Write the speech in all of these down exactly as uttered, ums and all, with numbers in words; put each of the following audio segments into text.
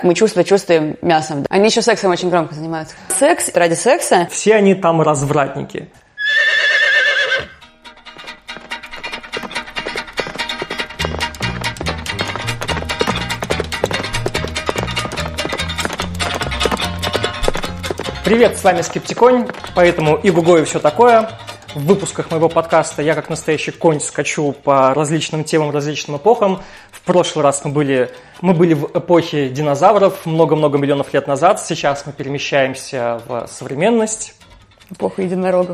Мы чувства чувствуем мясом. Они еще сексом очень громко занимаются. Секс ради секса. Все они там развратники. Привет, с вами Скептиконь, поэтому и Гуго, и все такое. В выпусках моего подкаста я как настоящий конь скачу по различным темам, различным эпохам. В прошлый раз мы были, мы были в эпохе динозавров много-много миллионов лет назад. Сейчас мы перемещаемся в современность. Эпоха единорогов.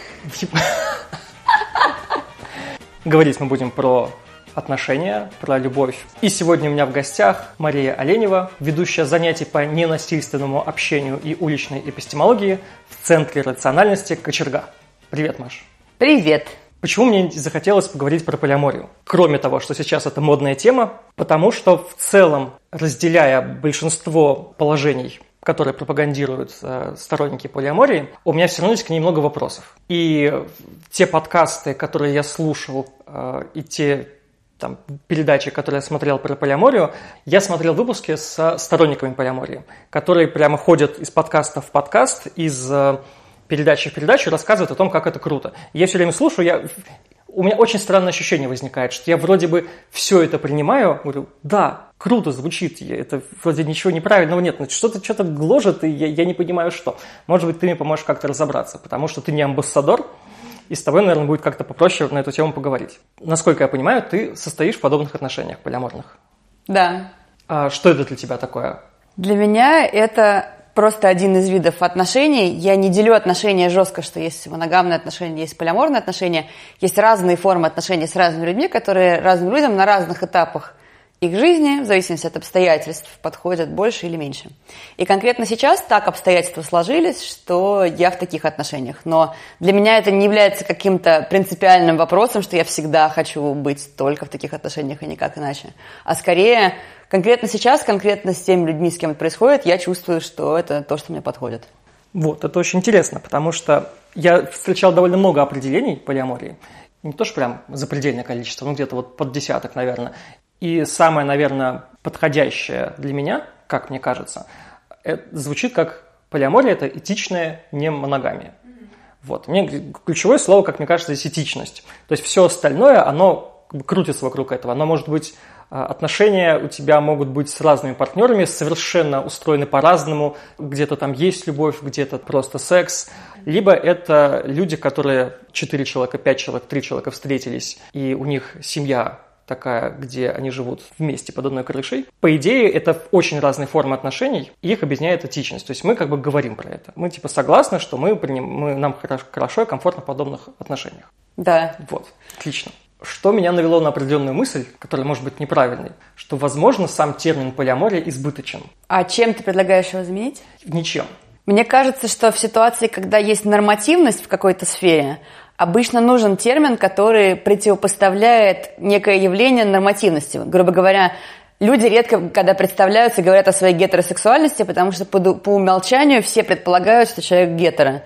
Говорить мы будем про отношения, про любовь. И сегодня у меня в гостях Мария Оленева, ведущая занятий по ненасильственному общению и уличной эпистемологии в Центре рациональности «Кочерга». Привет, Маш. Привет. Почему мне захотелось поговорить про полиаморию? Кроме того, что сейчас это модная тема, потому что в целом, разделяя большинство положений, которые пропагандируют э, сторонники полиамории, у меня все равно есть к ней много вопросов. И те подкасты, которые я слушал, э, и те там, передачи, которые я смотрел про полиаморию, я смотрел выпуски с сторонниками полиамории, которые прямо ходят из подкаста в подкаст, из э, передачи в передачу, рассказывают о том, как это круто. Я все время слушаю, я... у меня очень странное ощущение возникает, что я вроде бы все это принимаю, говорю, да, круто звучит, это вроде ничего неправильного нет, но что-то что-то гложет, и я, я не понимаю, что. Может быть, ты мне поможешь как-то разобраться, потому что ты не амбассадор, и с тобой, наверное, будет как-то попроще на эту тему поговорить. Насколько я понимаю, ты состоишь в подобных отношениях полиаморных. Да. А что это для тебя такое? Для меня это просто один из видов отношений. Я не делю отношения жестко, что есть моногамные отношения, есть полиаморные отношения. Есть разные формы отношений с разными людьми, которые разным людям на разных этапах их жизни, в зависимости от обстоятельств, подходят больше или меньше. И конкретно сейчас так обстоятельства сложились, что я в таких отношениях. Но для меня это не является каким-то принципиальным вопросом, что я всегда хочу быть только в таких отношениях и никак иначе. А скорее, конкретно сейчас, конкретно с теми людьми, с кем это происходит, я чувствую, что это то, что мне подходит. Вот, это очень интересно, потому что я встречал довольно много определений полиамории. Не то, что прям запредельное количество, ну где-то вот под десяток, наверное. И самое, наверное, подходящее для меня, как мне кажется, это звучит как полиамория – это этичная немоногамия. Mm-hmm. Вот. Мне ключевое слово, как мне кажется, здесь этичность. То есть все остальное, оно крутится вокруг этого. Оно может быть, отношения у тебя могут быть с разными партнерами, совершенно устроены по-разному. Где-то там есть любовь, где-то просто секс. Либо это люди, которые четыре человека, пять человек, три человека встретились, и у них семья такая, где они живут вместе под одной крышей. По идее, это очень разные формы отношений, и их объединяет этичность. То есть мы как бы говорим про это. Мы типа согласны, что мы, мы, нам хорошо и комфортно в подобных отношениях. Да. Вот, отлично. Что меня навело на определенную мысль, которая может быть неправильной, что, возможно, сам термин полиамория избыточен. А чем ты предлагаешь его заменить? Ничем. Мне кажется, что в ситуации, когда есть нормативность в какой-то сфере, обычно нужен термин, который противопоставляет некое явление нормативности. Грубо говоря, люди редко, когда представляются, говорят о своей гетеросексуальности, потому что по, по умолчанию все предполагают, что человек гетеро.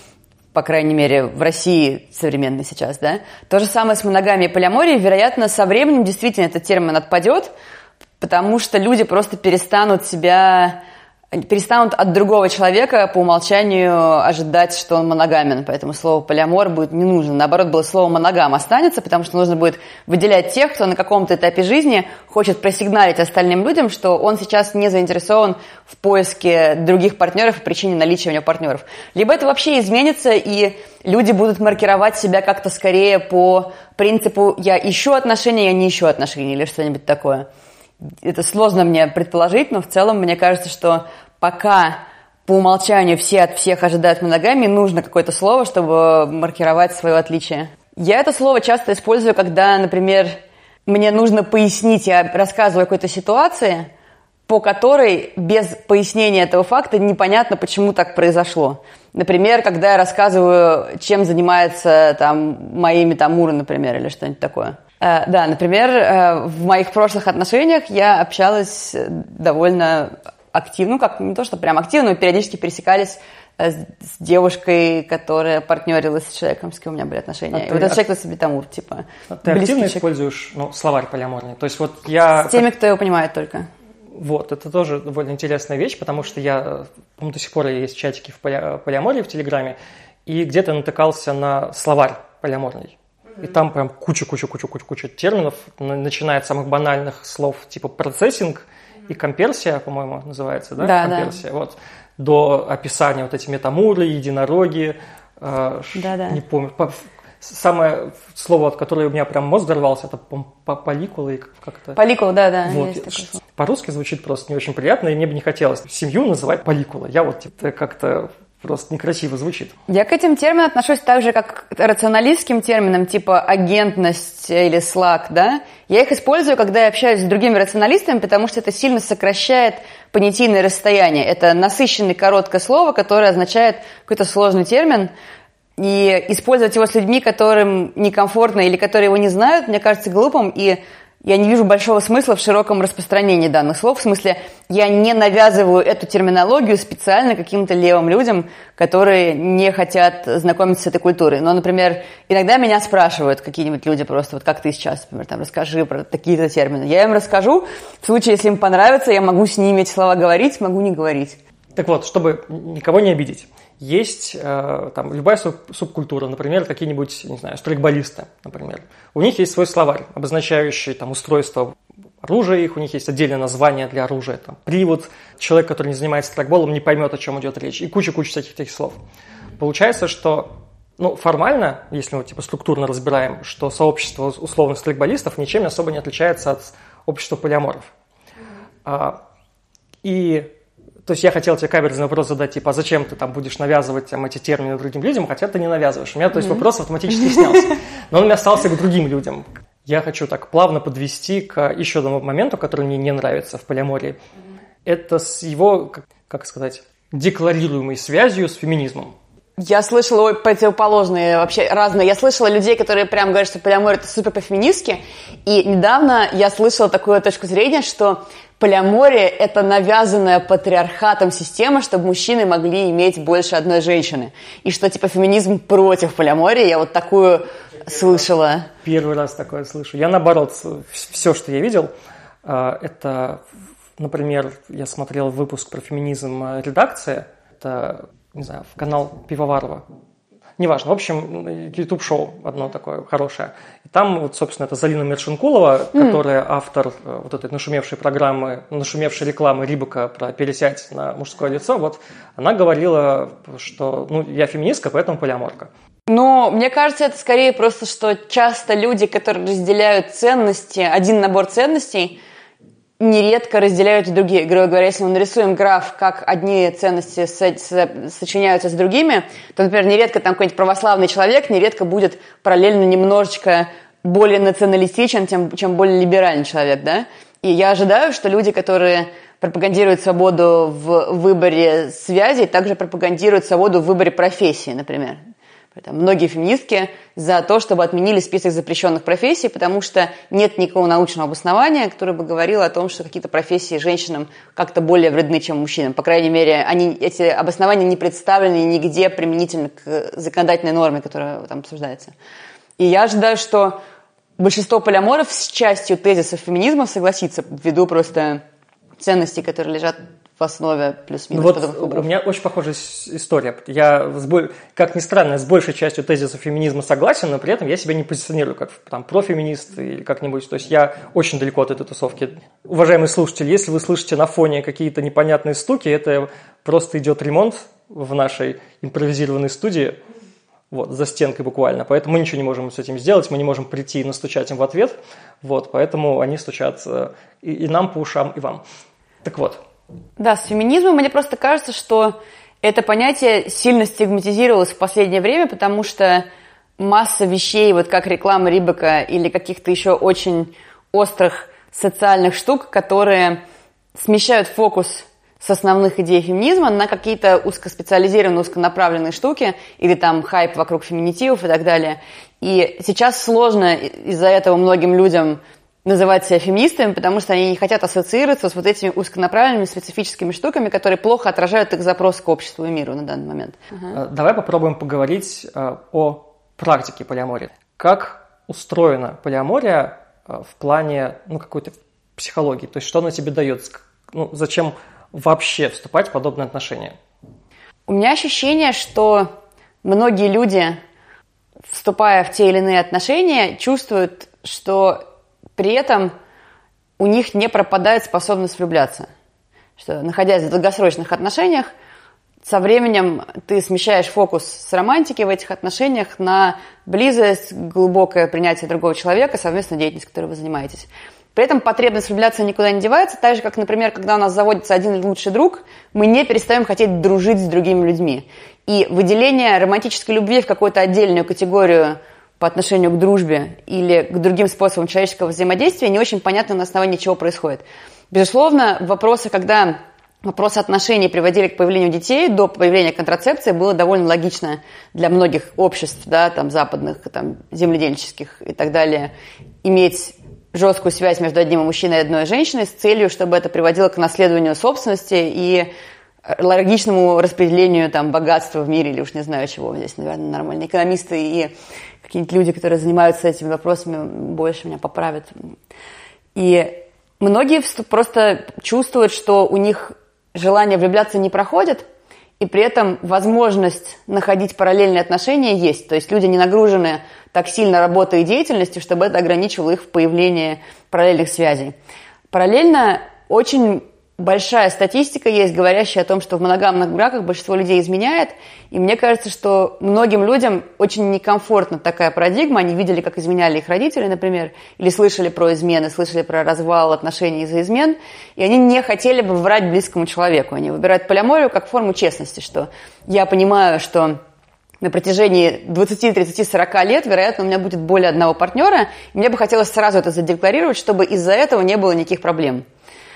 По крайней мере, в России современной сейчас, да. То же самое с моногамией и полиаморией. Вероятно, со временем действительно этот термин отпадет, потому что люди просто перестанут себя... перестанут от другого человека по умолчанию ожидать, что он моногамен. Поэтому слово полиамор будет не нужно. Наоборот, было слово моногам останется, потому что нужно будет выделять тех, кто на каком-то этапе жизни хочет просигналить остальным людям, что он сейчас не заинтересован в поиске других партнеров по причине наличия у него партнеров. Либо это вообще изменится, и люди будут маркировать себя как-то скорее по принципу «я ищу отношения, я не ищу отношения» или что-нибудь такое. Это сложно мне предположить, но в целом мне кажется, что пока по умолчанию все от всех ожидают моногамии, нужно какое-то слово, чтобы маркировать свое отличие. Я это слово часто использую, когда, например, мне нужно пояснить, я рассказываю о какой-то ситуации, по которой без пояснения этого факта непонятно, почему так произошло. Например, когда я рассказываю, чем занимается там, мои метамуры, например, или что-нибудь такое. Uh, да, например, uh, в моих прошлых отношениях я общалась довольно активно, ну как не то, что прям активно, но периодически пересекались uh, с, с девушкой, которая партнерилась с человеком, с кем у меня были отношения. А и ты, вот этот а... человек это метамур, типа. А ты активно человек. Используешь ну, словарь полиаморный? То есть вот я... С теми, кто его понимает только. Вот, это тоже довольно интересная вещь, потому что я, по-моему, до сих пор есть чатики в полиамории в Телеграме, и где-то натыкался на словарь полиаморный. И там прям куча-куча-куча-куча-куча терминов, начиная от самых банальных слов типа процессинг и комперсия, по-моему, называется, да? Да, комперсия, да. Вот, до описания вот эти метамуры, единороги, э, да, да. не помню. Самое слово, от которое у меня прям мозг взорвался, это поликулы. Как-то. Поликула, да, да. Вот. По-русски звучит просто не очень приятно, и мне бы не хотелось семью называть поликула. Я вот это как-то просто некрасиво звучит. Я к этим терминам отношусь так же, как к рационалистским терминам, типа агентность или слаг, да. Я их использую, когда я общаюсь с другими рационалистами, потому что это сильно сокращает понятийное расстояние. Это насыщенное короткое слово, которое означает какой-то сложный термин. И использовать его с людьми, которым некомфортно или которые его не знают, мне кажется глупым, и я не вижу большого смысла в широком распространении данных слов. В смысле, я не навязываю эту терминологию специально каким-то левым людям, которые не хотят знакомиться с этой культурой. Но, например, иногда меня спрашивают какие-нибудь люди просто, вот как ты сейчас, например, там, расскажи про такие-то термины. Я им расскажу. В случае, если им понравится, я могу с ними эти слова говорить, могу не говорить. Так вот, чтобы никого не обидеть. Есть э, там любая суб- субкультура, например, какие-нибудь, не знаю, стрейкболисты, например. У них есть свой словарь, обозначающий там устройство оружия их, у них есть отдельное название для оружия, там, привод. Человек, который не занимается стрейкболом, не поймет, о чем идет речь, и куча-куча всяких таких слов. Получается, что, ну, формально, если мы типа структурно разбираем, что сообщество условных стрейкболистов ничем особо не отличается от общества полиаморов. А, и То есть я хотел тебе каверзный вопрос задать, типа, а зачем ты там будешь навязывать там, эти термины другим людям, хотя ты не навязываешь. У меня, то есть, mm-hmm. вопрос автоматически снялся. Но он у меня остался к другим людям. Я хочу так плавно подвести к еще одному моменту, который мне не нравится в полиамории. Mm-hmm. Это с его, как, как сказать, декларируемой связью с феминизмом. Я слышала противоположные, вообще разные. Я слышала людей, которые прям говорят, что полиамор – это супер по-феминистски. И недавно я слышала такую точку зрения, что полиамория – это навязанная патриархатом система, чтобы мужчины могли иметь больше одной женщины. И что, типа, феминизм против полиамории. Я вот такую слышала. Первый раз такое слышу. Я, наоборот, все, что я видел, это, например, я смотрел выпуск про феминизм «Редакция». Это, не знаю, в канал Пивоварова. Неважно. В общем, YouTube-шоу одно такое хорошее. И там, вот, собственно, это Залина Мершинкулова, mm. которая автор вот этой нашумевшей программы, нашумевшей рекламы Рибака про «Пересядь на мужское лицо». Вот она говорила, что ну, я феминистка, поэтому полиаморка. Ну, мне кажется, это скорее просто, что часто люди, которые разделяют ценности, один набор ценностей, нередко разделяют и другие. Грубо говоря, если мы нарисуем граф, как одни ценности со- со- сочиняются с другими, то, например, нередко там какой-нибудь православный человек нередко будет параллельно немножечко более националистичен, чем, чем более либеральный человек, да? И я ожидаю, что люди, которые пропагандируют свободу в выборе связей, также пропагандируют свободу в выборе профессии, например. Там многие феминистки за то, чтобы отменили список запрещенных профессий, потому что нет никакого научного обоснования, которое бы говорило о том, что какие-то профессии женщинам как-то более вредны, чем мужчинам. По крайней мере, они, эти обоснования не представлены нигде применительно к законодательной норме, которая там обсуждается. И я ожидаю, что большинство полиаморов с частью тезисов феминизма согласится ввиду просто ценностей, которые лежат в основе плюс-минус ну подобных вот выборов. У меня очень похожая история. Я, как ни странно, с большей частью тезисов феминизма согласен, но при этом я себя не позиционирую как там, профеминист или как-нибудь. То есть я очень далеко от этой тусовки. Уважаемые слушатели, если вы слышите на фоне какие-то непонятные стуки, это просто идет ремонт в нашей импровизированной студии. Вот, за стенкой буквально. Поэтому мы ничего не можем с этим сделать, мы не можем прийти и настучать им в ответ. Вот, поэтому они стучат и, и нам по ушам, и вам. Так вот. Да, с феминизмом мне просто кажется, что это понятие сильно стигматизировалось в последнее время, потому что масса вещей, вот как реклама Рибака или каких-то еще очень острых социальных штук, которые смещают фокус с основных идей феминизма на какие-то узкоспециализированные, узконаправленные штуки или там хайп вокруг феминитивов и так далее. И сейчас сложно из-за этого многим людям называть себя феминистами, потому что они не хотят ассоциироваться с вот этими узконаправленными специфическими штуками, которые плохо отражают их запрос к обществу и миру на данный момент. Ага. Давай попробуем поговорить о практике полиамории. Как устроена полиамория в плане ну, какой-то психологии? То есть что она тебе дает? ну, зачем вообще вступать в подобные отношения? У меня ощущение, что многие люди, вступая в те или иные отношения, чувствуют, что при этом у них не пропадает способность влюбляться. Что, находясь в долгосрочных отношениях, со временем ты смещаешь фокус с романтики в этих отношениях на близость, глубокое принятие другого человека, совместную деятельность, которой вы занимаетесь. При этом потребность влюбляться никуда не девается, так же, как, например, когда у нас заводится один лучший друг, мы не перестаем хотеть дружить с другими людьми. И выделение романтической любви в какую-то отдельную категорию по отношению к дружбе или к другим способам человеческого взаимодействия не очень понятно, на основании чего происходит. Безусловно, вопросы, когда вопросы отношений приводили к появлению детей, до появления контрацепции было довольно логично для многих обществ, да, там, западных, там, земледельческих и так далее, иметь жесткую связь между одним мужчиной и одной женщиной с целью, чтобы это приводило к наследованию собственности и логичному распределению там, богатства в мире, или уж не знаю чего. Здесь, наверное, нормальные экономисты и какие-нибудь люди, которые занимаются этими вопросами, больше меня поправят. И многие просто чувствуют, что у них желание влюбляться не проходит, и при этом возможность находить параллельные отношения есть. То есть люди не нагружены так сильно работой и деятельностью, чтобы это ограничивало их в появлении параллельных связей. Параллельно очень большая статистика есть, говорящая о том, что в моногамных браках большинство людей изменяет, и мне кажется, что многим людям очень некомфортна такая парадигма. Они видели, как изменяли их родители, например, или слышали про измены, слышали про развал отношений из-за измен, и они не хотели бы врать близкому человеку. Они выбирают полиаморию как форму честности, что я понимаю, что на протяжении двадцати, тридцати, сорока лет, вероятно, у меня будет более одного партнера, и мне бы хотелось сразу это задекларировать, чтобы из-за этого не было никаких проблем.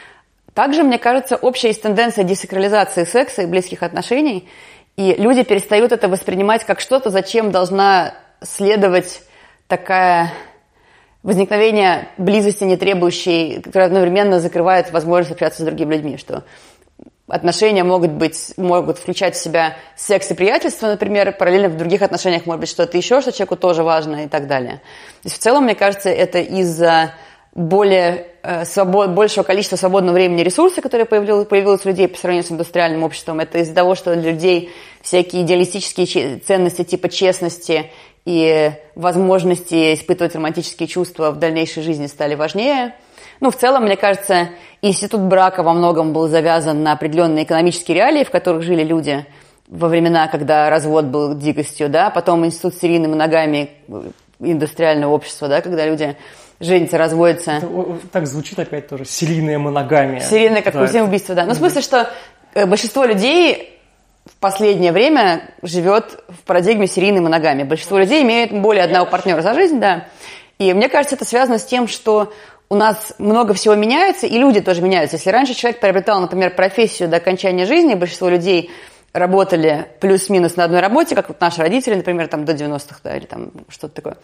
Также, мне кажется, общая есть тенденция десакрализации секса и близких отношений, и люди перестают это воспринимать как что-то, зачем должна следовать такая возникновение близости, не требующей, которая одновременно закрывает возможность общаться с другими людьми, что отношения могут быть, могут включать в себя секс и приятельство, например, параллельно в других отношениях может быть что-то еще, что человеку тоже важно и так далее. То есть в целом, мне кажется, это из-за более, э, свобод, большего количества свободного времени и ресурсов, которые появилось, появилось у людей по сравнению с индустриальным обществом. Это из-за того, что для людей всякие идеалистические ценности типа честности и возможности испытывать романтические чувства в дальнейшей жизни стали важнее. Ну, в целом, мне кажется, институт брака во многом был завязан на определенные экономические реалии, в которых жили люди во времена, когда развод был дикостью, да, потом институт серийной моногамии индустриального общества, да, когда люди женятся, разводятся. Это, так звучит опять тоже серийная моногамия. Серийное, как да. убийство, да. Ну, в смысле, что большинство людей в последнее время живет в парадигме серийной моногамии. Большинство людей имеет более одного партнера за жизнь, да. И мне кажется, это связано с тем, что у нас много всего меняется, и люди тоже меняются. Если раньше человек приобретал, например, профессию до окончания жизни, большинство людей работали плюс-минус на одной работе, как вот наши родители, например, там до девяностых, да, или там что-то такое,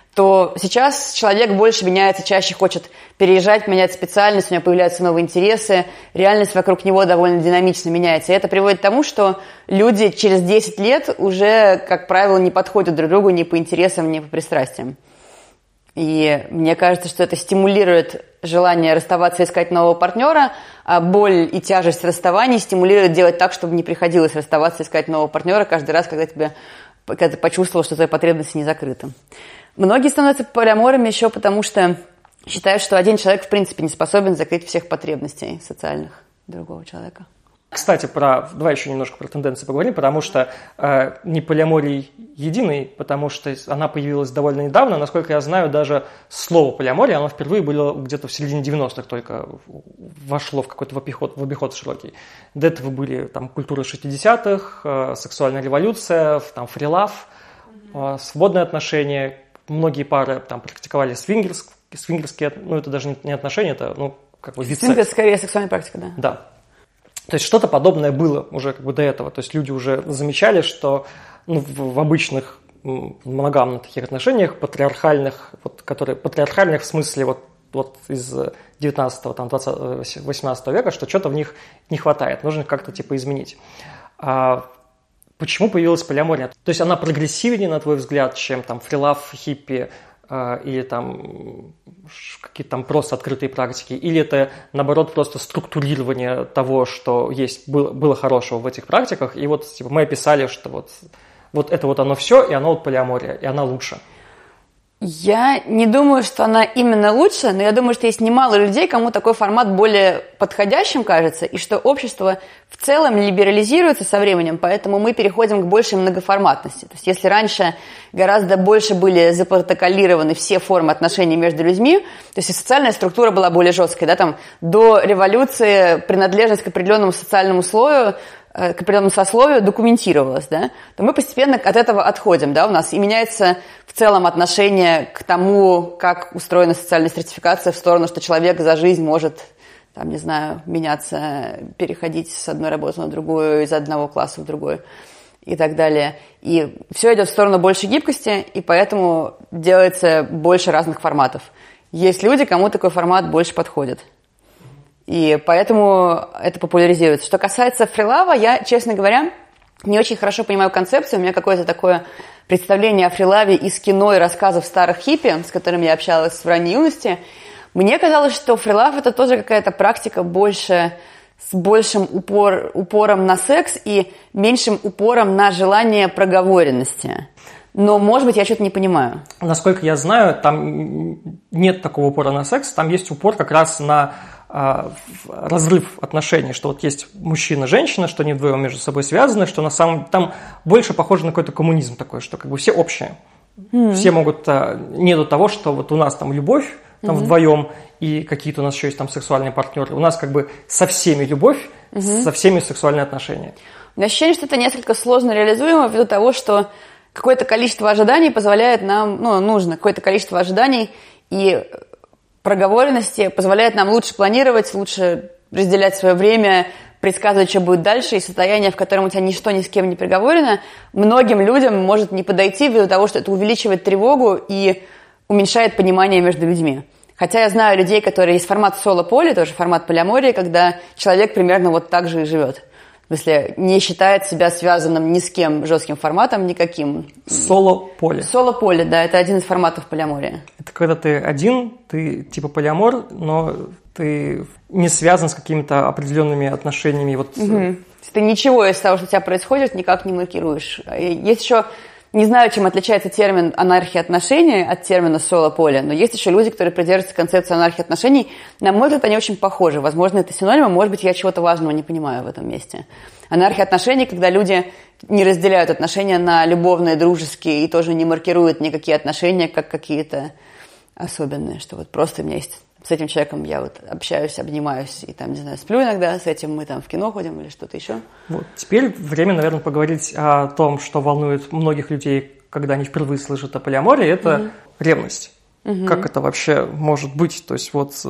то сейчас человек больше меняется, чаще хочет переезжать, менять специальность, у него появляются новые интересы, реальность вокруг него довольно динамично меняется. И это приводит к тому, что люди через десять лет уже, как правило, не подходят друг другу ни по интересам, ни по пристрастиям. И мне кажется, что это стимулирует желание расставаться и искать нового партнера, а боль и тяжесть расставаний стимулирует делать так, чтобы не приходилось расставаться и искать нового партнера каждый раз, когда, тебе, когда ты почувствовал, что твои потребности не закрыты. Многие становятся полиаморами еще потому, что считают, что один человек в принципе не способен закрыть всех потребностей социальных другого человека. Кстати, про, давай еще немножко про тенденции поговорим, потому что э, не полиаморий единый, потому что она появилась довольно недавно. Насколько я знаю, даже слово полиамория, оно впервые было где-то в середине девяностых только вошло в какой-то в обиход, в обиход широкий. До этого были там культура шестидесятых, э, сексуальная революция, там фрилав, э, свободные отношения. Многие пары там практиковали свингерс, свингерские, ну это даже не отношения, это ну как бы вид секса. Свингерс скорее сексуальная практика, да. Да. То есть что-то подобное было уже как бы до этого. То есть люди уже замечали, что ну, в, в обычных моногамных таких отношениях, патриархальных, вот, которые, патриархальных в смысле вот, вот из девятнадцатого, там, двадцатого, восемнадцатого века, что что-то в них не хватает, нужно как-то типа изменить. А почему появилась полиамория? То есть она прогрессивнее, на твой взгляд, чем там фрилав, хиппи, или там какие-то там просто открытые практики, или это, наоборот, просто структурирование того, что есть, было, было хорошего в этих практиках, и вот типа, мы описали, что вот, вот это вот оно все, и оно вот полиамория, и она лучше. Я не думаю, что она именно лучше, но я думаю, что есть немало людей, кому такой формат более подходящим кажется, и что общество в целом либерализируется со временем, поэтому мы переходим к большей многоформатности. То есть если раньше гораздо больше были запротоколированы все формы отношений между людьми, то есть и социальная структура была более жесткой, да, там до революции принадлежность к определенному социальному слою, к определенному сословию документировалось, да, то мы постепенно от этого отходим, да, у нас и меняется в целом отношение к тому, как устроена социальная стратификация в сторону, что человек за жизнь может, там, не знаю, меняться, переходить с одной работы на другую, из одного класса в другой и так далее. И все идет в сторону большей гибкости, и поэтому делается больше разных форматов. Есть люди, кому такой формат больше подходит. И поэтому это популяризируется. Что касается фрилава, я, честно говоря, не очень хорошо понимаю концепцию. У меня какое-то такое представление о фрилаве из кино и рассказов старых хиппи, с которыми я общалась в ранней юности. Мне казалось, что фрилав – это тоже какая-то практика больше, с большим упор, упором на секс и меньшим упором на желание проговоренности. Но, может быть, я что-то не понимаю. Насколько я знаю, там нет такого упора на секс, там есть упор как раз на разрыв отношений, что вот есть мужчина-женщина, что они вдвоем между собой связаны, что на самом там больше похоже на какой-то коммунизм такой, что как бы все общие. Mm-hmm. Все могут, нету того, что вот у нас там любовь там mm-hmm. вдвоем, и какие-то у нас еще есть там сексуальные партнеры. У нас как бы со всеми любовь, mm-hmm. со всеми сексуальные отношения. У меня ощущение, что это несколько сложно реализуемо ввиду того, что какое-то количество ожиданий позволяет нам, ну, нужно какое-то количество ожиданий, и проговоренности позволяет нам лучше планировать, лучше разделять свое время, предсказывать, что будет дальше, и состояние, в котором у тебя ничто ни с кем не проговорено, многим людям может не подойти ввиду того, что это увеличивает тревогу и уменьшает понимание между людьми. Хотя я знаю людей, которые есть формат соло-поли, тоже формат полиамории, когда человек примерно вот так же и живет. В смысле, не считает себя связанным ни с кем жестким форматом, никаким. Соло-поле. Соло-поле, да, это один из форматов полиамории. Это когда ты один, ты типа полиамор, но ты не связан с какими-то определенными отношениями. Вот. Угу. Ты ничего из того, что у тебя происходит, никак не маркируешь. Есть еще, не знаю, чем отличается термин анархия отношений от термина соло-поле, но есть еще люди, которые придерживаются концепции анархии отношений. На мой взгляд, они очень похожи. Возможно, это синонимы, может быть, я чего-то важного не понимаю в этом месте. Анархия отношений, когда люди не разделяют отношения на любовные, дружеские и тоже не маркируют никакие отношения как какие-то особенные, что вот просто у меня есть с этим человеком я вот общаюсь, обнимаюсь и там, не знаю, сплю иногда, с этим мы там в кино ходим или что-то еще. Вот. Теперь время, наверное, поговорить о том, что волнует многих людей, когда они впервые слышат о полиамории, это mm-hmm. ревность. Mm-hmm. Как это вообще может быть? То есть вот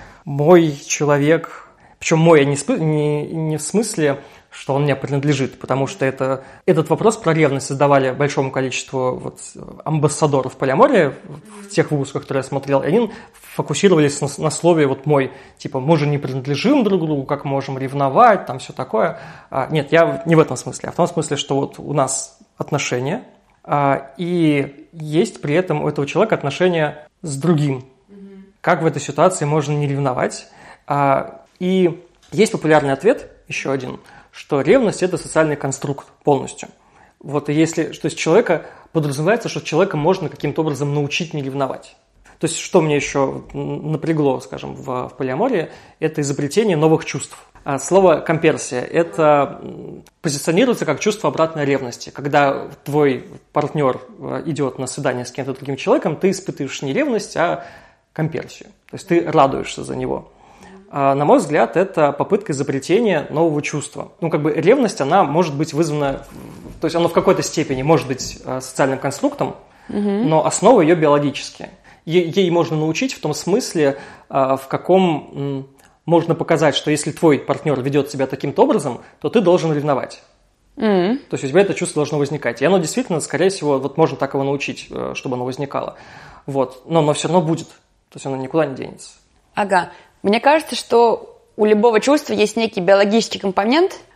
мой человек, причем мой не, не, не в смысле, что он мне принадлежит, потому что это, этот вопрос про ревность задавали большому количеству вот, амбассадоров полиамории в тех выпусках, которые я смотрел, и они фокусировались на, на слове вот мой, типа, мы же не принадлежим друг другу, как можем ревновать, там все такое. А, нет, я не в этом смысле, а в том смысле, что вот у нас отношения, а, и есть при этом у этого человека отношения с другим. Mm-hmm. Как в этой ситуации можно не ревновать? А, и есть популярный ответ, еще один, что ревность – это социальный конструкт полностью. Вот, и если, что из человека подразумевается, что человека можно каким-то образом научить не ревновать. То есть, что мне еще напрягло, скажем, в, в полиамории, это изобретение новых чувств. А слово «комперсия» – это позиционируется как чувство обратной ревности. Когда твой партнер идет на свидание с кем-то другим человеком, ты испытываешь не ревность, а комперсию. То есть, ты радуешься за него. На мой взгляд, это попытка изобретения нового чувства. Ну, как бы ревность, она может быть вызвана, то есть она в какой-то степени может быть социальным конструктом, угу. но основы ее биологические. Ей, ей можно научить в том смысле, в каком можно показать, что если твой партнер ведет себя таким-то образом, то ты должен ревновать. Mm. То есть у тебя это чувство должно возникать. И оно действительно, скорее всего, вот можно так его научить, чтобы оно возникало. Вот. Но оно все равно будет. То есть оно никуда не денется. Ага. Мне кажется, что у любого чувства есть некий биологический компонент,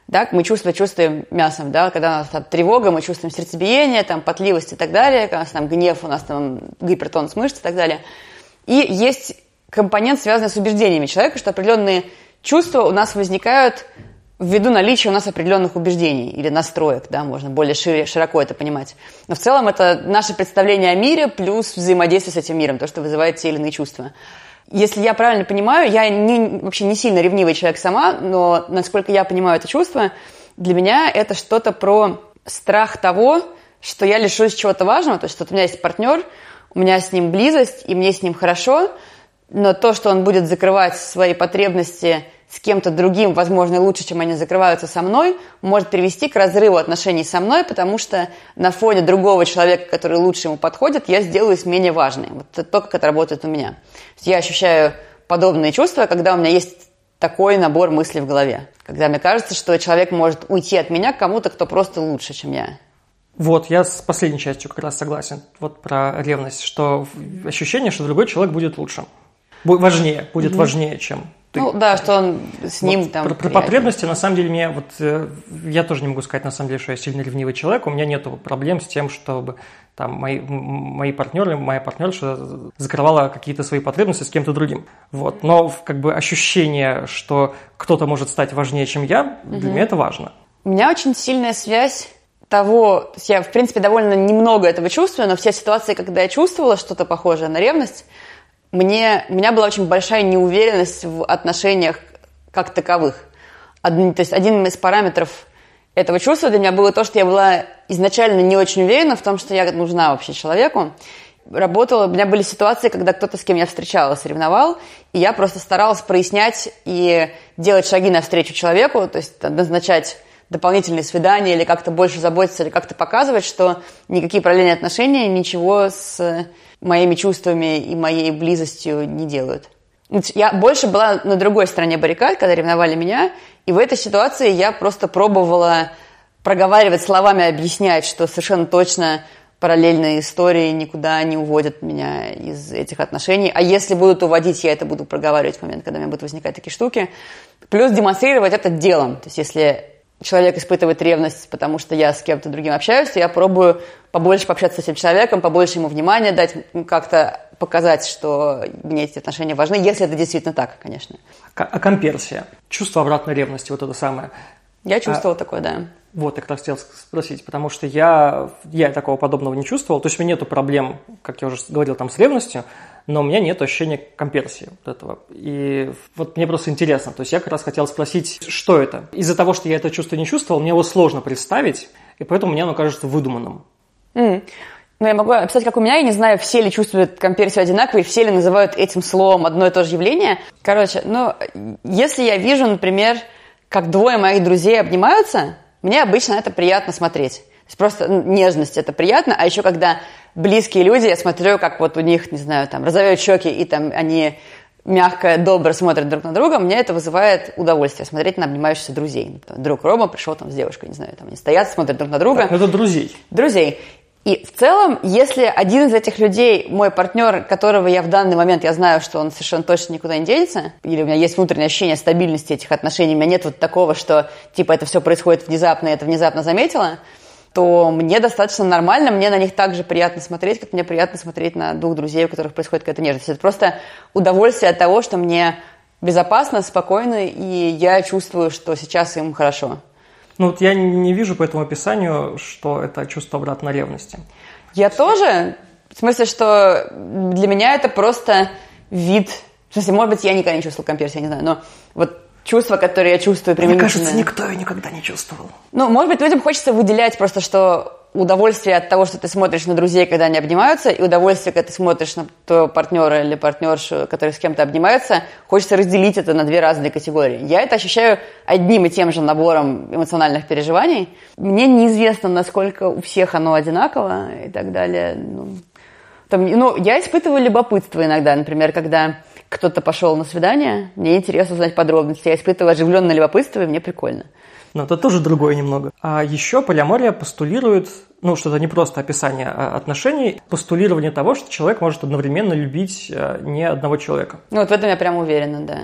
Да, мы чувства чувствуем мясом, да, когда у нас там тревога, мы чувствуем сердцебиение, там, потливость и так далее, когда у нас там гнев, у нас там гипертонус мышц и так далее. И есть компонент, связанный с убеждениями человека, что определенные чувства у нас возникают ввиду наличия у нас определенных убеждений или настроек, да, можно более шире, широко это понимать. Но в целом это наше представление о мире плюс взаимодействие с этим миром, то, что вызывает те или иные чувства. Если я правильно понимаю, я не, вообще не сильно ревнивый человек сама, но насколько я понимаю это чувство, для меня это что-то про страх того, что я лишусь чего-то важного, то есть что у меня есть партнер, у меня с ним близость, и мне с ним хорошо, но то, что он будет закрывать свои потребности с кем-то другим, возможно, лучше, чем они закрываются со мной, может привести к разрыву отношений со мной, потому что на фоне другого человека, который лучше ему подходит, я сделаюсь менее важной. Вот это то, как это работает у меня. Я ощущаю подобные чувства, когда у меня есть такой набор мыслей в голове. Когда мне кажется, что человек может уйти от меня к кому-то, кто просто лучше, чем я. Вот, я с последней частью как раз согласен. Вот про ревность, что ощущение, что другой человек будет лучше. Важнее, будет mm-hmm. важнее, чем ты. Ну да, что он с ним вот, там... Про, про потребности, на самом деле, мне вот... Э, я тоже не могу сказать, на самом деле, что я сильно ревнивый человек. У меня нет проблем с тем, чтобы там мои, мои партнеры, моя партнерша закрывала какие-то свои потребности с кем-то другим. Вот. Но как бы ощущение, что кто-то может стать важнее, чем я, для mm-hmm. меня это важно. У меня очень сильная связь того... То есть я, в принципе, довольно немного этого чувствую, но все ситуации, когда я чувствовала что-то похожее на ревность, Мне, у меня была очень большая неуверенность в отношениях как таковых. Один, то есть один из параметров этого чувства для меня было то, что я была изначально не очень уверена в том, что я нужна вообще человеку. Работала, у меня были ситуации, когда кто-то, с кем я встречалась, ревновал, и я просто старалась прояснять и делать шаги навстречу человеку, то есть назначать дополнительные свидания или как-то больше заботиться, или как-то показывать, что никакие параллельные отношения ничего с моими чувствами и моей близостью не делают. Я больше была на другой стороне баррикад, когда ревновали меня, и в этой ситуации я просто пробовала проговаривать словами, объяснять, что совершенно точно параллельные истории никуда не уводят меня из этих отношений. А если будут уводить, я это буду проговаривать в момент, когда у меня будут возникать такие штуки. Плюс демонстрировать это делом. То есть если человек испытывает ревность, потому что я с кем-то другим общаюсь, то я пробую побольше пообщаться с этим человеком, побольше ему внимания дать, как-то показать, что мне эти отношения важны, если это действительно так, конечно. А комперсия, чувство обратной ревности, вот это самое. Я чувствовала а, такое, да. Вот, я как раз хотел спросить, потому что я, я такого подобного не чувствовал, то есть у меня нету проблем, как я уже говорил, там с ревностью, но у меня нет ощущения комперсии вот этого. И вот мне просто интересно, то есть я как раз хотел спросить, что это? Из-за того, что я это чувство не чувствовал, мне его сложно представить, и поэтому мне оно кажется выдуманным. Mm. Ну, я могу описать, как у меня, я не знаю, все ли чувствуют комперсию одинаково, и все ли называют этим словом одно и то же явление. Короче, ну, если я вижу, например, как двое моих друзей обнимаются, мне обычно это приятно смотреть. То есть просто ну, нежность – это приятно, а еще когда близкие люди, я смотрю, как вот у них, не знаю, там, розовеют щеки, и там они мягко, добро смотрят друг на друга, мне это вызывает удовольствие смотреть на обнимающихся друзей. Друг Рома пришел там с девушкой, не знаю, там они стоят, смотрят друг на друга. Так, это друзей. Друзей. И в целом, если один из этих людей, мой партнер, которого я в данный момент, я знаю, что он совершенно точно никуда не денется, или у меня есть внутреннее ощущение стабильности этих отношений, у меня нет вот такого, что типа это все происходит внезапно, и это внезапно заметила, то мне достаточно нормально, мне на них так же приятно смотреть, как мне приятно смотреть на двух друзей, у которых происходит какая-то нежность. Это просто удовольствие от того, что мне безопасно, спокойно, и я чувствую, что сейчас им хорошо. Ну вот я не вижу по этому описанию, что это чувство обратной ревности. Я тоже. В смысле, что для меня это просто вид... В смысле, может быть, я никогда не чувствовала комперсию, я не знаю, но вот чувство, которое я чувствую применительно... Мне кажется, никто ее никогда не чувствовал. Ну, может быть, людям хочется выделять просто, что удовольствие от того, что ты смотришь на друзей, когда они обнимаются, и удовольствие, когда ты смотришь на твоего партнера или партнершу, который с кем-то обнимается, хочется разделить это на две разные категории. Я это ощущаю одним и тем же набором эмоциональных переживаний. Мне неизвестно, насколько у всех оно одинаково и так далее. Ну, там, ну, я испытываю любопытство иногда, например, когда кто-то пошел на свидание, мне интересно узнать подробности, я испытываю оживленное любопытство, и мне прикольно. Но это тоже другое немного. А еще полиамория постулирует, ну, что это не просто описание отношений, постулирование того, что человек может одновременно любить не одного человека. Ну, вот в этом я прям уверена, да.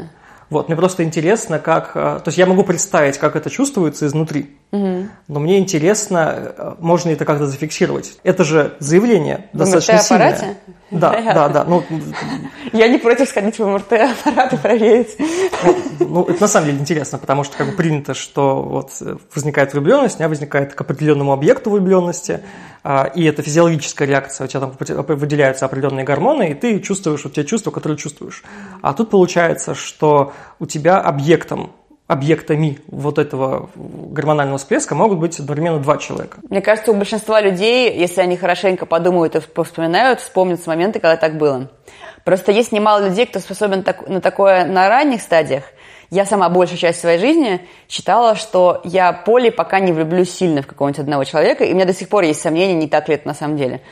Вот, мне просто интересно, как... То есть я могу представить, как это чувствуется изнутри, угу. но мне интересно, можно ли это как-то зафиксировать. Это же заявление достаточно сильное. В эм эр тэ-аппарате? Да, да, да. Ну, я не против сходить в эм эр тэ-аппарат и проверить. Ну, это на самом деле интересно, потому что как бы принято, что вот возникает влюбленность, она возникает к определенному объекту влюбленности, и это физиологическая реакция, у тебя там выделяются определенные гормоны, и ты чувствуешь вот те чувства, которые чувствуешь. А тут получается, что у тебя объектом, объектами вот этого гормонального всплеска могут быть одновременно два человека. Мне кажется, у большинства людей, если они хорошенько подумают и вспоминают, вспомнятся моменты, когда так было. Просто есть немало людей, кто способен так, на такое на ранних стадиях. Я сама большую часть своей жизни считала, что я поли пока не влюблюсь сильно в какого-нибудь одного человека, и у меня до сих пор есть сомнения, не так ли это на самом деле.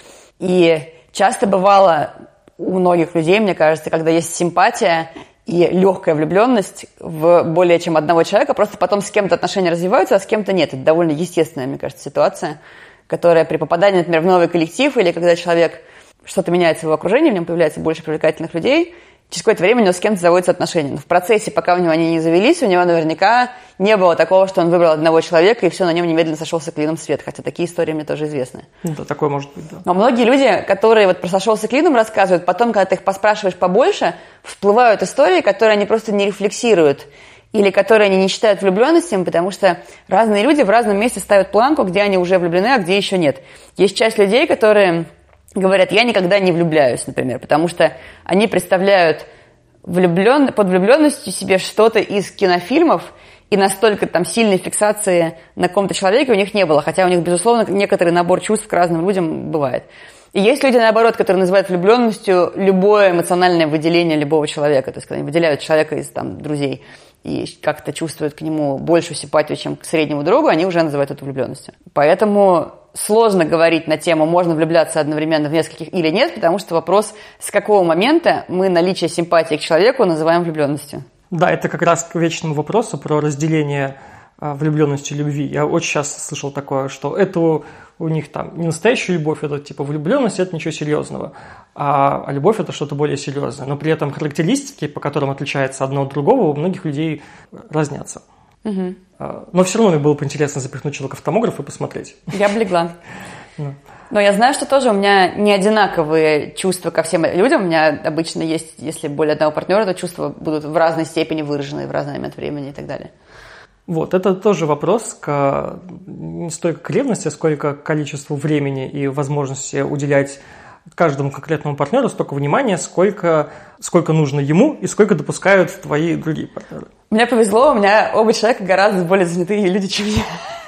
И часто бывало у многих людей, мне кажется, когда есть симпатия и легкая влюбленность в более чем одного человека, просто потом с кем-то отношения развиваются, а с кем-то нет. Это довольно естественная, мне кажется, ситуация, которая при попадании, например, в новый коллектив или когда человек, что-то меняется в его окружении, в нем появляется больше привлекательных людей, через какое-то время у него с кем-то заводятся отношения. Но в процессе, пока у него они не завелись, у него наверняка не было такого, что он выбрал одного человека, и все, на нем немедленно сошелся клином свет. Хотя такие истории мне тоже известны. Да, такое может быть, да. Но многие люди, которые вот про сошелся клином рассказывают, потом, когда ты их поспрашиваешь побольше, всплывают истории, которые они просто не рефлексируют. Или которые они не считают влюбленностью, потому что разные люди в разном месте ставят планку, где они уже влюблены, а где еще нет. Есть часть людей, которые говорят, я никогда не влюбляюсь, например, потому что они представляют влюблен... под влюбленностью себе что-то из кинофильмов, и настолько там сильной фиксации на каком-то человеке у них не было, хотя у них, безусловно, некоторый набор чувств к разным людям бывает. И есть люди, наоборот, которые называют влюбленностью любое эмоциональное выделение любого человека, то есть когда они выделяют человека из там, друзей и как-то чувствуют к нему большую симпатию, чем к среднему другу, они уже называют это влюбленностью. Поэтому сложно говорить на тему, можно влюбляться одновременно в нескольких или нет, потому что вопрос, с какого момента мы наличие симпатии к человеку называем влюбленностью. Да, это как раз к вечному вопросу про разделение влюбленности и любви. Я очень часто слышал такое, что это у них там не настоящая любовь, это типа влюбленность, это ничего серьезного, а, а любовь это что-то более серьезное. Но при этом характеристики, по которым отличается одно от другого, у многих людей разнятся. Угу. Но все равно мне было бы интересно запихнуть человека в томограф и посмотреть. Я бы легла. Но я знаю, что тоже у меня не одинаковые чувства ко всем людям. У меня обычно есть, если более одного партнера, то чувства будут в разной степени выражены в разный момент времени и так далее. Вот, это тоже вопрос к, не столько к ревности, сколько к количеству времени и возможности уделять каждому конкретному партнеру столько внимания, сколько, сколько нужно ему и сколько допускают твои другие партнеры. Мне повезло, у меня оба человека гораздо более занятые люди, чем я.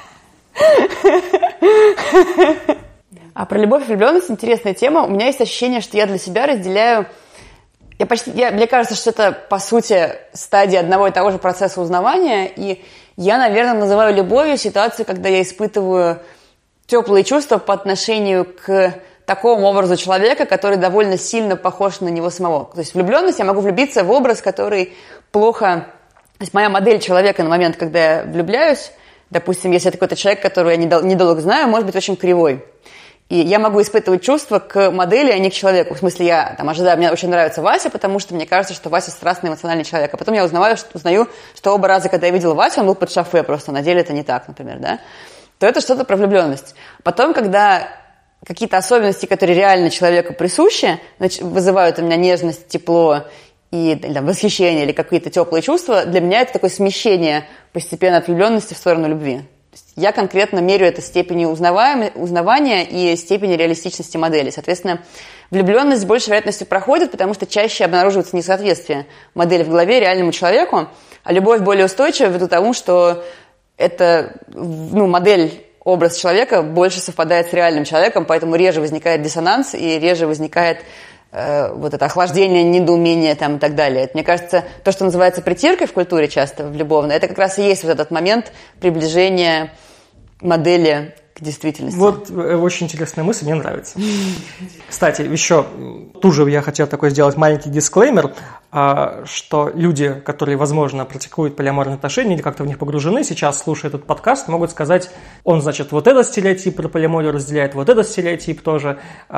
А про любовь и влюбленность интересная тема. У меня есть ощущение, что я для себя разделяю... Я почти, я, мне кажется, что это, по сути, стадия одного и того же процесса узнавания, и я, наверное, называю любовью ситуацию, когда я испытываю теплые чувства по отношению к такому образу человека, который довольно сильно похож на него самого. То есть влюбленность, я могу влюбиться в образ, который плохо... То есть моя модель человека на момент, когда я влюбляюсь, допустим, если это какой-то человек, которого я недолго знаю, может быть очень кривой. И я могу испытывать чувства к модели, а не к человеку. В смысле, я там ожидаю, мне очень нравится Вася, потому что мне кажется, что Вася страстный эмоциональный человек. А потом я узнаю, что, узнаю, что оба раза, когда я видела Васю, он был под шофе просто, на деле это не так, например, да? То это что-то про влюбленность. Потом, когда какие-то особенности, которые реально человеку присущи, значит, вызывают у меня нежность, тепло и там, восхищение или какие-то теплые чувства, для меня это такое смещение постепенно от влюбленности в сторону любви. Я конкретно мерю это степенью узнавания и степени реалистичности модели. Соответственно, влюбленность с большей вероятностью проходит, потому что чаще обнаруживается несоответствие модели в голове реальному человеку, а любовь более устойчива ввиду того, что это, ну, модель, образ человека больше совпадает с реальным человеком, поэтому реже возникает диссонанс и реже возникает э, вот это охлаждение, недоумение там, и так далее. Это, мне кажется, то, что называется притиркой в культуре часто, в любовной, это как раз и есть вот этот момент приближения модели к действительности. Вот очень интересная мысль, мне нравится. Кстати, еще тут же я хотел такой сделать маленький дисклеймер. что люди, которые, возможно, практикуют полиаморные отношения или как-то в них погружены, сейчас, слушая этот подкаст, могут сказать, он, значит, вот этот стереотип про полиаморию разделяет, вот этот стереотип тоже,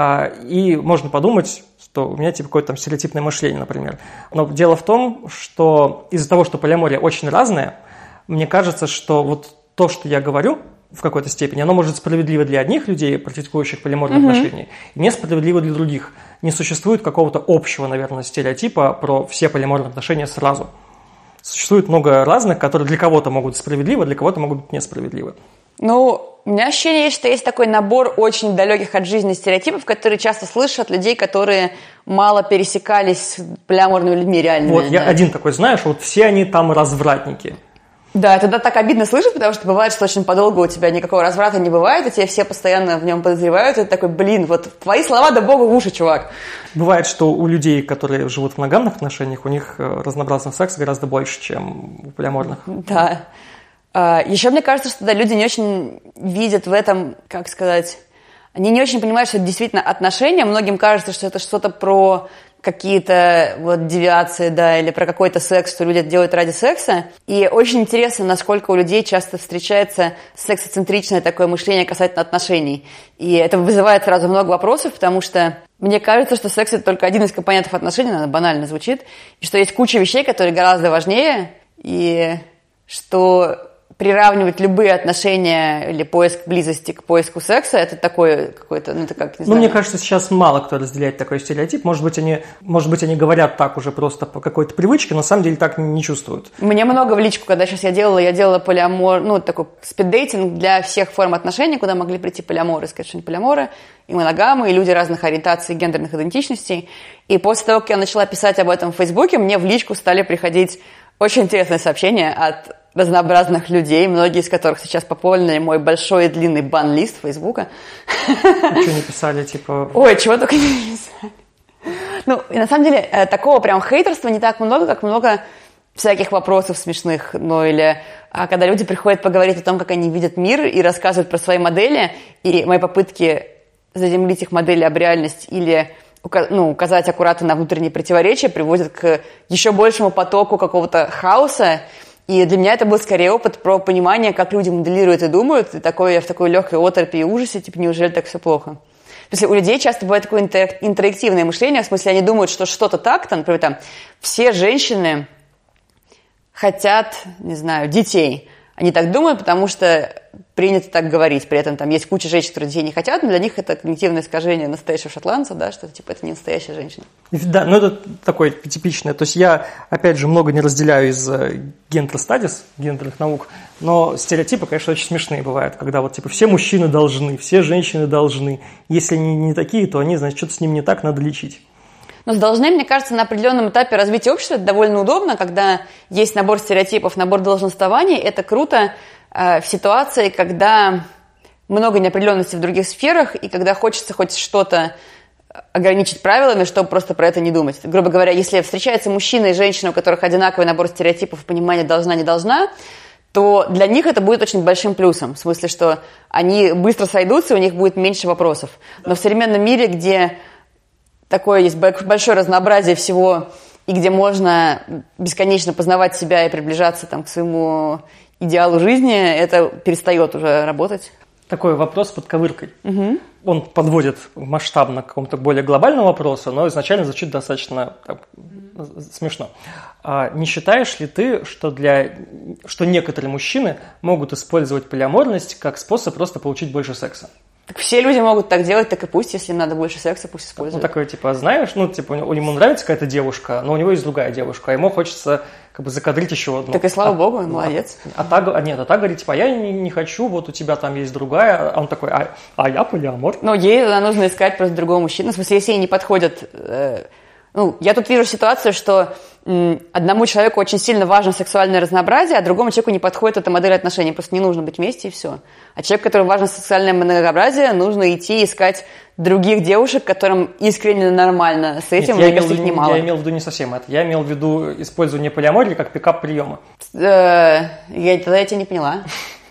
и можно подумать, что у меня типа какое-то там стереотипное мышление, например. Но дело в том, что из-за того, что полиамория очень разная, мне кажется, что вот то, что я говорю, в какой-то степени, оно может быть справедливо для одних людей, практикующих полиаморные mm-hmm. отношения, и несправедливо для других. Не существует какого-то общего, наверное, стереотипа про все полиаморные отношения сразу. Существует много разных, которые для кого-то могут быть справедливы, для кого-то могут быть несправедливы. Ну, у меня ощущение есть, что есть такой набор очень далеких от жизни стереотипов, которые часто слышу от людей, которые мало пересекались с полиаморными людьми реальными. Вот, да. я один такой, знаешь, вот все они там развратники. Да, тогда так обидно слышать, потому что бывает, что очень подолгу у тебя никакого разврата не бывает, и тебя все постоянно в нем подозревают, и ты такой, блин, вот твои слова да богу в уши, чувак. Бывает, что у людей, которые живут в моногамных отношениях, у них разнообразный секс гораздо больше, чем у полиаморных. Да. Еще мне кажется, что да, люди не очень видят в этом, как сказать, они не очень понимают, что это действительно отношения. Многим кажется, что это что-то про какие-то вот девиации, да, или про какой-то секс, что люди это делают ради секса. И очень интересно, насколько у людей часто встречается сексоцентричное такое мышление касательно отношений. И это вызывает сразу много вопросов, потому что мне кажется, что секс – это только один из компонентов отношений, наверное, банально звучит, и что есть куча вещей, которые гораздо важнее, и что приравнивать любые отношения или поиск близости к поиску секса, это такое какое-то, ну это как, не знаю. Ну, мне кажется, сейчас мало кто разделяет такой стереотип. Может быть, они, может быть, они говорят так уже просто по какой-то привычке, но на самом деле так не чувствуют. Мне много в личку, когда сейчас я делала, я делала полиамор, ну, такой спиддейтинг для всех форм отношений, куда могли прийти полиаморы, сказать, что они полиаморы, и моногамы, и люди разных ориентаций, гендерных идентичностей. И после того, как я начала писать об этом в Фейсбуке, мне в личку стали приходить очень интересные сообщения от разнообразных людей, многие из которых сейчас пополнили мой большой и длинный бан-лист Фейсбука. Что не писали, типа... Ой, чего только не писали. Ну, и на самом деле, такого прям хейтерства не так много, как много всяких вопросов смешных. Ну, или а когда люди приходят поговорить о том, как они видят мир, и рассказывают про свои модели, и мои попытки заземлить их модели об реальность или... ну, указать аккуратно на внутренние противоречия приводит к еще большему потоку какого-то хаоса. И для меня это был скорее опыт про понимание, как люди моделируют и думают. И такой, я в такой легкой оторопи и ужасе, типа, неужели так все плохо? То есть у людей часто бывает такое интер- интерактивное мышление, в смысле они думают, что что-то так, там, например, там, все женщины хотят, не знаю, детей. Они так думают, потому что принято так говорить. При этом там есть куча женщин, которые детей не хотят, но для них это когнитивное искажение настоящего шотландца, да, что типа это не настоящая женщина. Да, ну это такое типичное. То есть я, опять же, много не разделяю из gender studies, гендерных наук, но стереотипы, конечно, очень смешные бывают, когда вот типа все мужчины должны, все женщины должны. Если они не такие, то они, значит, что-то с ним не так, надо лечить. Но должны, мне кажется, на определенном этапе развития общества это довольно удобно, когда есть набор стереотипов, набор долженствований. Это круто э, в ситуации, когда много неопределенности в других сферах, и когда хочется хоть что-то ограничить правилами, чтобы просто про это не думать. Грубо говоря, если встречается мужчина и женщина, у которых одинаковый набор стереотипов и понимания должна, не должна, то для них это будет очень большим плюсом. В смысле, что они быстро сойдутся, и у них будет меньше вопросов. Но в современном мире, где такое есть большое разнообразие всего, и где можно бесконечно познавать себя и приближаться там, к своему идеалу жизни, это перестает уже работать. Такой вопрос под ковыркой. Угу. Он подводит масштабно к какому-то более глобальному вопросу, но изначально звучит достаточно так, смешно. А не считаешь ли ты, что, для, что некоторые мужчины могут использовать полиаморность как способ просто получить больше секса? Так все люди могут так делать, так и пусть, если им надо больше секса, пусть используют. Ну, такое, типа, знаешь, ну, типа, ему нравится какая-то девушка, но у него есть другая девушка, а ему хочется, как бы, закадрить еще одну. Так и слава а, богу, он молодец. А, а та, нет, а та говорит, типа, я не, не хочу, вот у тебя там есть другая, а он такой, а, а я полиамор. Ну, ей нужно искать просто другого мужчину, в смысле, если ей не подходят... Э, ну, я тут вижу ситуацию, что м, одному человеку очень сильно важно сексуальное разнообразие, а другому человеку не подходит эта модель отношений, просто не нужно быть вместе и все. А человеку, которому важно сексуальное многообразие, нужно идти искать других девушек, которым искренне нормально с этим, Нет, мне кажется, их немало. Я имел в виду не совсем это, я имел в виду использование полиамории как пикап-приема. Э, я тогда я тебя не поняла.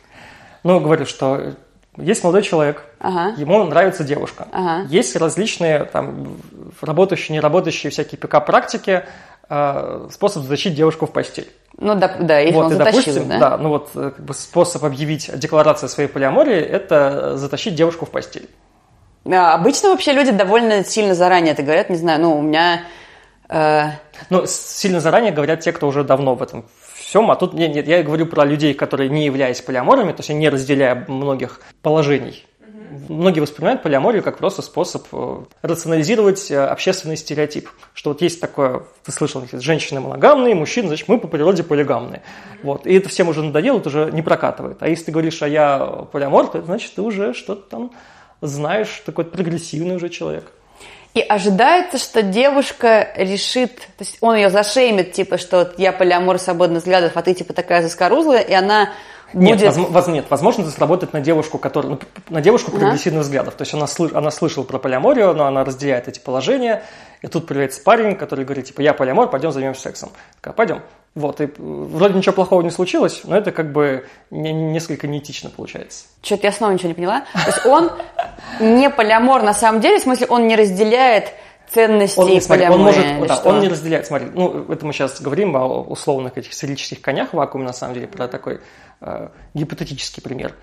Ну, говорю, что... Есть молодой человек, ага. ему нравится девушка. Ага. Есть различные там, работающие, неработающие всякие пикап-практики, э, способ затащить девушку в постель. Ну да, да, если вот, он и, затащил, допустим, да? Да, ну вот как бы способ объявить декларацию своей полиамории – это затащить девушку в постель. Да, обычно вообще люди довольно сильно заранее это говорят, не знаю, ну у меня… Э... Ну, сильно заранее говорят те, кто уже давно в этом всем, а тут нет, нет, я говорю про людей, которые не являются полиаморами, то есть они не разделяя многих положений. Многие воспринимают полиаморию как просто способ рационализировать общественный стереотип. Что вот есть такое, ты слышал, женщины моногамные, мужчины, значит, мы по природе полигамные. Вот. И это всем уже надоело, это уже не прокатывает. А если ты говоришь, а я полиамор, то это значит, ты уже что-то там знаешь, такой прогрессивный уже человек. И ожидается, что девушка решит, то есть он ее зашеймит, типа, что я полиамор свободных взглядов, а ты типа такая заскорузлая, и она… Нет, будет... воз, нет, возможно, это сработает на девушку, которая, на девушку прогрессивных ага. взглядов. То есть она, сл, она слышала про полиаморию, но она разделяет эти положения. И тут появляется парень, который говорит, типа, я полиамор, пойдем займемся сексом. Такая, пойдем. Вот, и вроде ничего плохого не случилось, но это как бы не, несколько неэтично получается. Что-то я снова ничего не поняла. То есть он не полиамор на самом деле, в смысле он не разделяет ценности он, смотри, полиамории. Он, может, да, он не разделяет, смотри, ну, это мы сейчас говорим о условных этих сферических конях в вакууме, на самом деле, про такой э, гипотетический пример.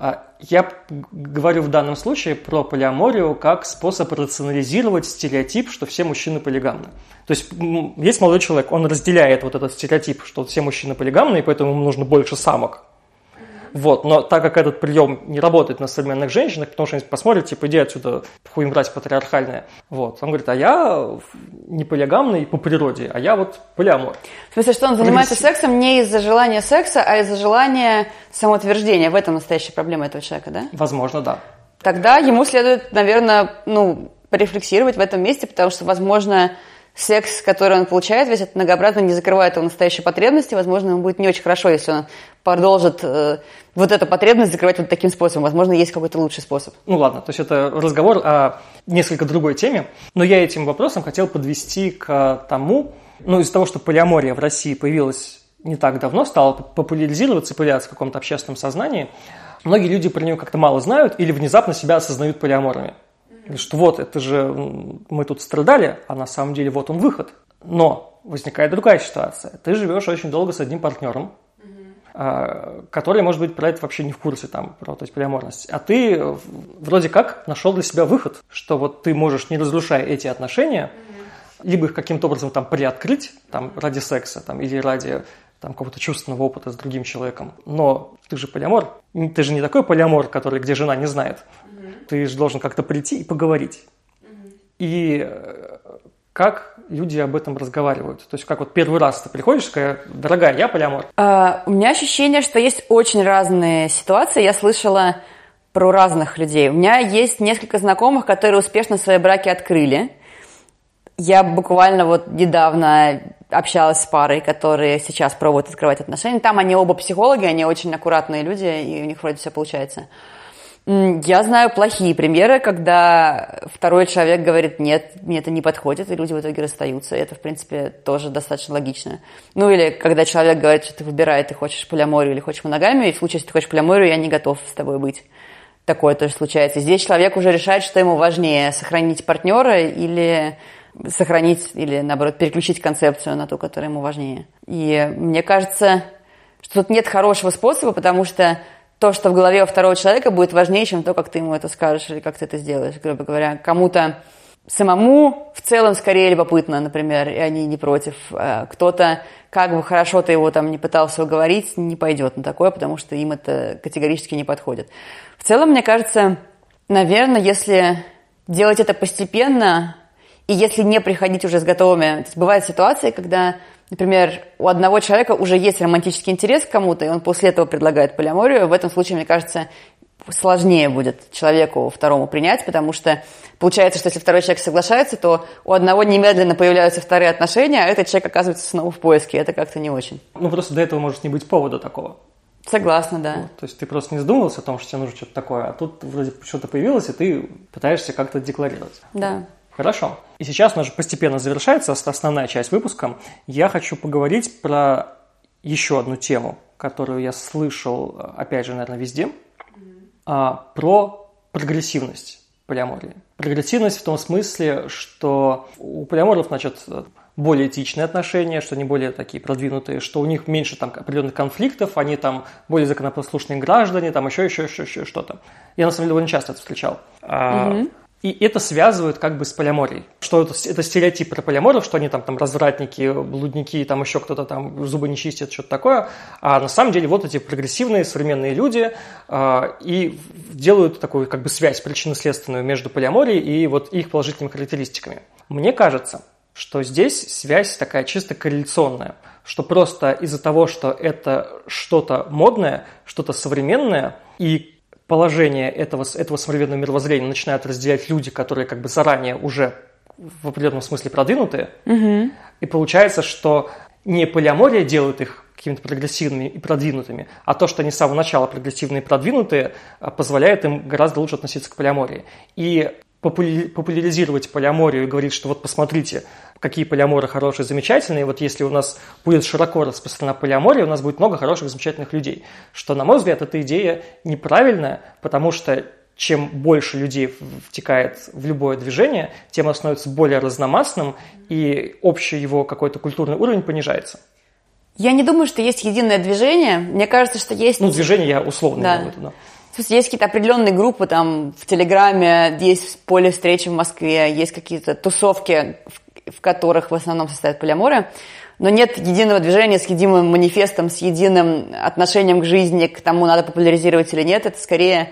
Я говорю в данном случае про полиаморию как способ рационализировать стереотип, что все мужчины полигамны. То есть есть молодой человек, он разделяет вот этот стереотип, что все мужчины полигамны, и поэтому ему нужно больше самок. Вот, но так как этот прием не работает на современных женщинах, потому что они посмотрят, типа, иди отсюда, хуй мразь патриархальная. Вот, он говорит, а я не полигамный по природе, а я вот полиамор. В смысле, что он занимается сексом не из-за желания секса, а из-за желания самоутверждения. В этом настоящая проблема этого человека, да? Возможно, да. Тогда ему следует, наверное, ну, порефлексировать в этом месте, потому что, возможно, секс, который он получает, весь этот многообразный, не закрывает его настоящие потребности. Возможно, ему будет не очень хорошо, если он продолжит э, вот эту потребность закрывать вот таким способом. Возможно, есть какой-то лучший способ. Ну ладно, то есть это разговор о несколько другой теме, но я этим вопросом хотел подвести к тому, ну из-за того, что полиамория в России появилась не так давно, стала популяризироваться, появляться в каком-то общественном сознании, многие люди про нее как-то мало знают или внезапно себя осознают полиаморами. Что вот, это же мы тут страдали, а на самом деле вот он выход. Но возникает другая ситуация. Ты живешь очень долго с одним партнером, mm-hmm. который, может быть, про это вообще не в курсе, там, про то есть полиаморность. А ты вроде как нашел для себя выход, что вот ты можешь, не разрушая эти отношения, mm-hmm. либо их каким-то образом там приоткрыть, там, ради секса, там, или ради там, какого-то чувственного опыта с другим человеком. Но ты же полиамор. Ты же не такой полиамор, который, где жена не знает. Mm-hmm. Ты же должен как-то прийти и поговорить. Mm-hmm. И как люди об этом разговаривают? То есть как вот первый раз ты приходишь, такая, дорогая, я полиамор. А, у меня ощущение, что есть очень разные ситуации. Я слышала про разных людей. У меня есть несколько знакомых, которые успешно свои браки открыли. Я буквально вот недавно общалась с парой, которые сейчас пробуют открывать отношения. Там они оба психологи, они очень аккуратные люди, и у них вроде все получается. Я знаю плохие примеры, когда второй человек говорит, нет, мне это не подходит, и люди в итоге расстаются. И это, в принципе, тоже достаточно логично. Ну или когда человек говорит, что ты выбирай, ты хочешь полиаморию или хочешь моногамию, и в случае, если ты хочешь полиаморию, я не готов с тобой быть. Такое тоже случается. И здесь человек уже решает, что ему важнее, сохранить партнера или сохранить, или, наоборот, переключить концепцию на ту, которая ему важнее. И мне кажется, что тут нет хорошего способа, потому что то, что в голове у второго человека, будет важнее, чем то, как ты ему это скажешь или как ты это сделаешь. Грубо говоря, кому-то самому в целом скорее любопытно, например, и они не против. А кто-то, как бы хорошо ты его там не пытался уговорить, не пойдет на такое, потому что им это категорически не подходит. В целом, мне кажется, наверное, если делать это постепенно, и если не приходить уже с готовыми... То есть бывают ситуации, когда, например, у одного человека уже есть романтический интерес к кому-то, и он после этого предлагает полиаморию. В этом случае, мне кажется, сложнее будет человеку второму принять, потому что получается, что если второй человек соглашается, то у одного немедленно появляются вторые отношения, а этот человек оказывается снова в поиске. Это как-то не очень. Ну, просто до этого может не быть повода такого. Согласна, да. Вот, то есть ты просто не задумывался о том, что тебе нужно что-то такое, а тут вроде что-то появилось, и ты пытаешься как-то декларировать. Да. Хорошо. И сейчас у нас же постепенно завершается основная часть выпуска. Я хочу поговорить про еще одну тему, которую я слышал, опять же, наверное, везде, mm-hmm. про прогрессивность полиамории. Прогрессивность в том смысле, что у полиаморов, значит, более этичные отношения, что они более такие продвинутые, что у них меньше там определенных конфликтов, они там более законопослушные граждане, там еще, еще, еще, еще что-то. Я, на самом деле, довольно часто это встречал. Mm-hmm. И это связывают как бы с полиаморией. Что это, это стереотип про полиаморов, что они там, там развратники, блудники, там еще кто-то там зубы не чистит, что-то такое. А на самом деле вот эти прогрессивные современные люди э, и делают такую как бы связь причинно-следственную между полиаморией и вот их положительными характеристиками. Мне кажется, что здесь связь такая чисто корреляционная, что просто из-за того, что это что-то модное, что-то современное, и положение этого, этого современного мировоззрения начинают разделять люди, которые как бы заранее уже в определенном смысле продвинутые. Mm-hmm. И получается, что не полиамория делает их какими-то прогрессивными и продвинутыми, а то, что они с самого начала прогрессивные и продвинутые, позволяет им гораздо лучше относиться к полиамории. И популяризировать полиаморию и говорить, что вот посмотрите, какие полиаморы хорошие, замечательные, вот если у нас будет широко распространена полиамория, у нас будет много хороших, замечательных людей. Что, на мой взгляд, эта идея неправильная, потому что чем больше людей втекает в любое движение, тем оно становится более разномастным, и общий его какой-то культурный уровень понижается. Я не думаю, что есть единое движение. Мне кажется, что есть... Ну, движение я условно да. имею в виду, да. То есть есть какие-то определенные группы, там, в Телеграме, есть поле встречи в Москве, есть какие-то тусовки, в, в которых в основном состоят полиаморы, но нет единого движения с единым манифестом, с единым отношением к жизни, к тому, надо популяризировать или нет. Это скорее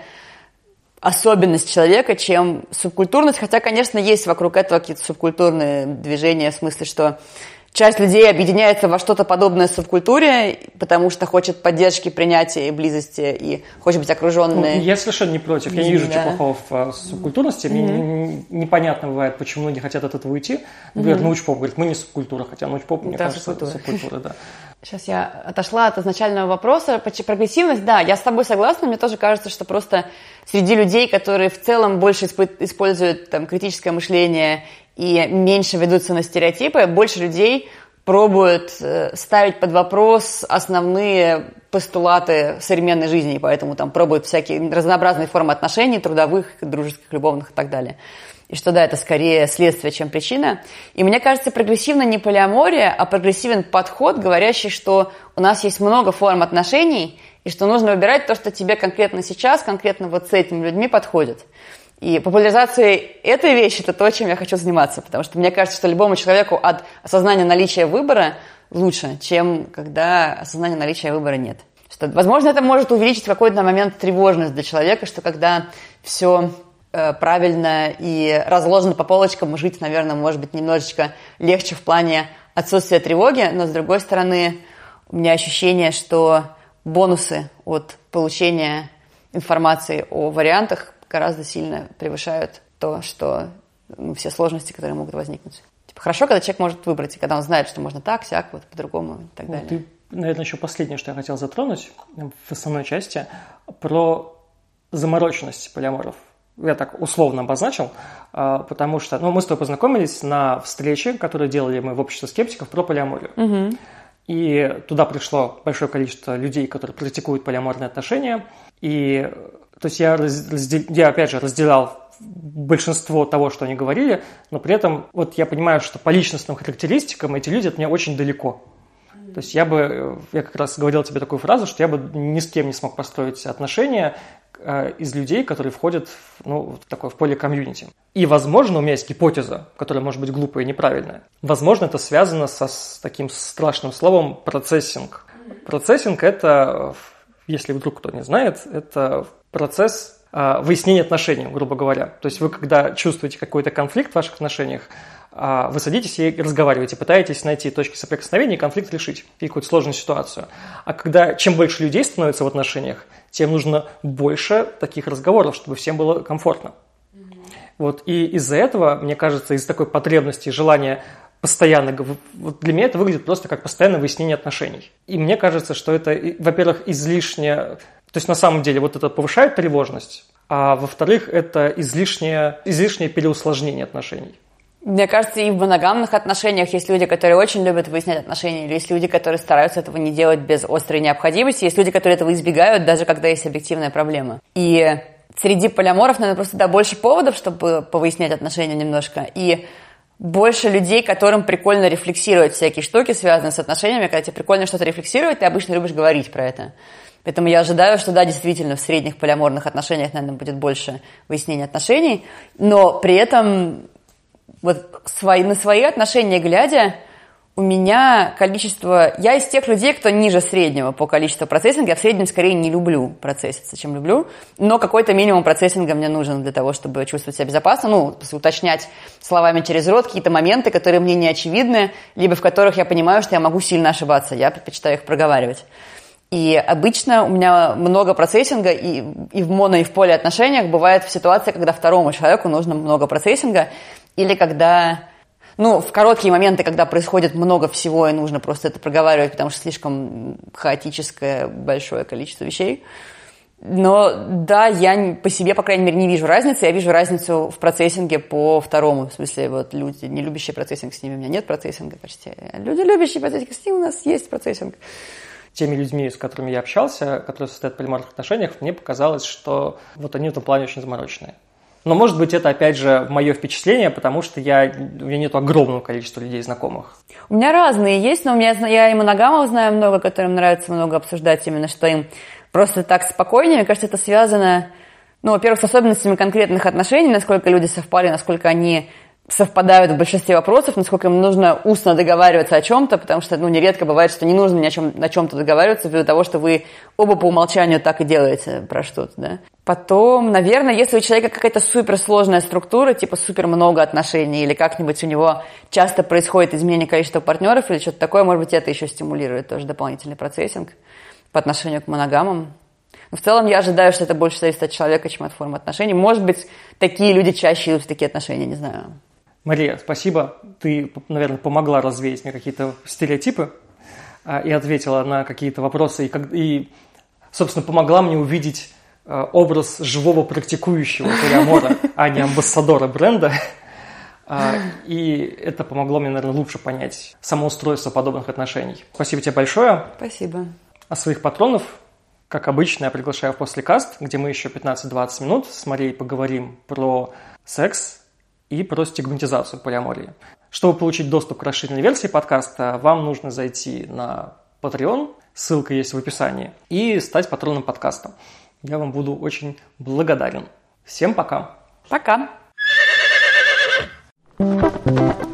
особенность человека, чем субкультурность, хотя, конечно, есть вокруг этого какие-то субкультурные движения, в смысле, что часть людей объединяется во что-то подобное субкультуре, потому что хочет поддержки, принятия и близости, и хочет быть окруженной. Ну, я совершенно не против. Я не вижу да. чего плохого в субкультурности. Мне mm-hmm. непонятно бывает, почему многие хотят от этого уйти. Например, mm-hmm. научпоп говорит, мы не субкультура, хотя научпоп, мне да, кажется, субкультура. субкультура, да. Сейчас я отошла от изначального вопроса. Прогрессивность, да, я с тобой согласна. Мне тоже кажется, что просто среди людей, которые в целом больше используют там, критическое мышление и меньше ведутся на стереотипы, больше людей пробуют э, ставить под вопрос основные постулаты современной жизни, и поэтому там пробуют всякие разнообразные формы отношений, трудовых, дружеских, любовных и так далее. И что да, это скорее следствие, чем причина. И мне кажется, прогрессивно не полиамория, а прогрессивен подход, говорящий, что у нас есть много форм отношений, и что нужно выбирать то, что тебе конкретно сейчас, конкретно вот с этими людьми подходит. И популяризацией этой вещи – это то, чем я хочу заниматься, потому что мне кажется, что любому человеку от осознания наличия выбора лучше, чем когда осознания наличия выбора нет. Что, возможно, это может увеличить в какой-то момент тревожность для человека, что когда все э, правильно и разложено по полочкам, жить, наверное, может быть немножечко легче в плане отсутствия тревоги, но, с другой стороны, у меня ощущение, что бонусы от получения информации о вариантах гораздо сильно превышают то, что ну, все сложности, которые могут возникнуть. Типа, хорошо, когда человек может выбрать, и когда он знает, что можно так, сяк, вот по-другому и так далее. Ты, наверное, еще последнее, что я хотел затронуть в основной части, про замороченность полиаморов. Я так условно обозначил, потому что ну, мы с тобой познакомились на встрече, которую делали мы в обществе скептиков про полиаморию. Угу. И туда пришло большое количество людей, которые практикуют полиаморные отношения, и то есть я, раздел... я, опять же, разделял большинство того, что они говорили, но при этом вот я понимаю, что по личностным характеристикам эти люди от меня очень далеко. Mm-hmm. То есть я бы, я как раз говорил тебе такую фразу, что я бы ни с кем не смог построить отношения э, из людей, которые входят в, ну, в такое в поле комьюнити. И, возможно, у меня есть гипотеза, которая может быть глупая и неправильная. Возможно, это связано со, с таким страшным словом процессинг. Mm-hmm. Процессинг – это, если вдруг кто не знает, это процесс э, выяснения отношений, грубо говоря. То есть вы, когда чувствуете какой-то конфликт в ваших отношениях, э, вы садитесь и разговариваете, пытаетесь найти точки соприкосновения и конфликт решить, и какую-то сложную ситуацию. А когда чем больше людей становится в отношениях, тем нужно больше таких разговоров, чтобы всем было комфортно. Mm-hmm. Вот, и из-за этого, мне кажется, из-за такой потребности, желания постоянно, вот для меня это выглядит просто как постоянное выяснение отношений. И мне кажется, что это, во-первых, излишне... То есть на самом деле вот это повышает тревожность, а во-вторых, это излишнее, излишнее переусложнение отношений. Мне кажется, и в моногамных отношениях есть люди, которые очень любят выяснять отношения, или есть люди, которые стараются этого не делать без острой необходимости, есть люди, которые этого избегают, даже когда есть объективная проблема. И среди полиаморов, наверное, просто да, больше поводов, чтобы повыяснять отношения немножко. И больше людей, которым прикольно рефлексировать всякие штуки, связанные с отношениями. Когда тебе прикольно что-то рефлексировать, ты обычно любишь говорить про это. Поэтому я ожидаю, что да, действительно, в средних полиаморных отношениях, наверное, будет больше выяснения отношений. Но при этом вот свои, на свои отношения глядя, у меня количество... Я из тех людей, кто ниже среднего по количеству процессинга. Я в среднем скорее не люблю процесситься, чем люблю. Но какой-то минимум процессинга мне нужен для того, чтобы чувствовать себя безопасно. Ну, уточнять словами через рот какие-то моменты, которые мне не очевидны, либо в которых я понимаю, что я могу сильно ошибаться. Я предпочитаю их проговаривать. И обычно у меня много процессинга и, и в моно, и в полиотношениях бывает в ситуации, когда второму человеку нужно много процессинга, или когда... Ну, в короткие моменты, когда происходит много всего, и нужно просто это проговаривать, потому что слишком хаотическое большое количество вещей. Но да, я по себе, по крайней мере, не вижу разницы. Я вижу разницу в процессинге по второму. В смысле, вот люди, не любящие процессинг, с ними у меня нет процессинга почти. Люди, любящие процессинг, с ними у нас есть процессинг. Теми людьми, с которыми я общался, которые состоят в полиаморных отношениях, мне показалось, что вот они в этом плане очень замороченные. Но, может быть, это, опять же, мое впечатление, потому что я, у меня нет огромного количества людей знакомых. У меня разные есть, но у меня, я и моногамов знаю много, которым нравится много обсуждать именно, что им просто так спокойнее. Мне кажется, это связано, ну, во-первых, с особенностями конкретных отношений, насколько люди совпали, насколько они совпадают в большинстве вопросов, насколько им нужно устно договариваться о чем-то, потому что, ну, нередко бывает, что не нужно ни о чем, о чем-то договариваться ввиду того, что вы оба по умолчанию так и делаете про что-то, да. Потом, наверное, если у человека какая-то суперсложная структура, типа супер много отношений, или как-нибудь у него часто происходит изменение количества партнеров или что-то такое, может быть, это еще стимулирует тоже дополнительный процессинг по отношению к моногамам. Но в целом я ожидаю, что это больше зависит от человека, чем от формы отношений. Может быть, такие люди чаще идут в такие отношения, не знаю. Мария, спасибо. Ты, наверное, помогла развеять мне какие-то стереотипы а, и ответила на какие-то вопросы. И, и, собственно, помогла мне увидеть а, образ живого практикующего полиамора, а не амбассадора бренда. А, и это помогло мне, наверное, лучше понять самоустройство подобных отношений. Спасибо тебе большое. Спасибо. А своих патронов, как обычно, я приглашаю в послекаст, где мы еще пятнадцать-двадцать минут с Марией поговорим про секс и про стигматизацию полиамории. Чтобы получить доступ к расширенной версии подкаста, вам нужно зайти на Patreon, ссылка есть в описании, и стать патроном подкаста. Я вам буду очень благодарен. Всем пока! Пока!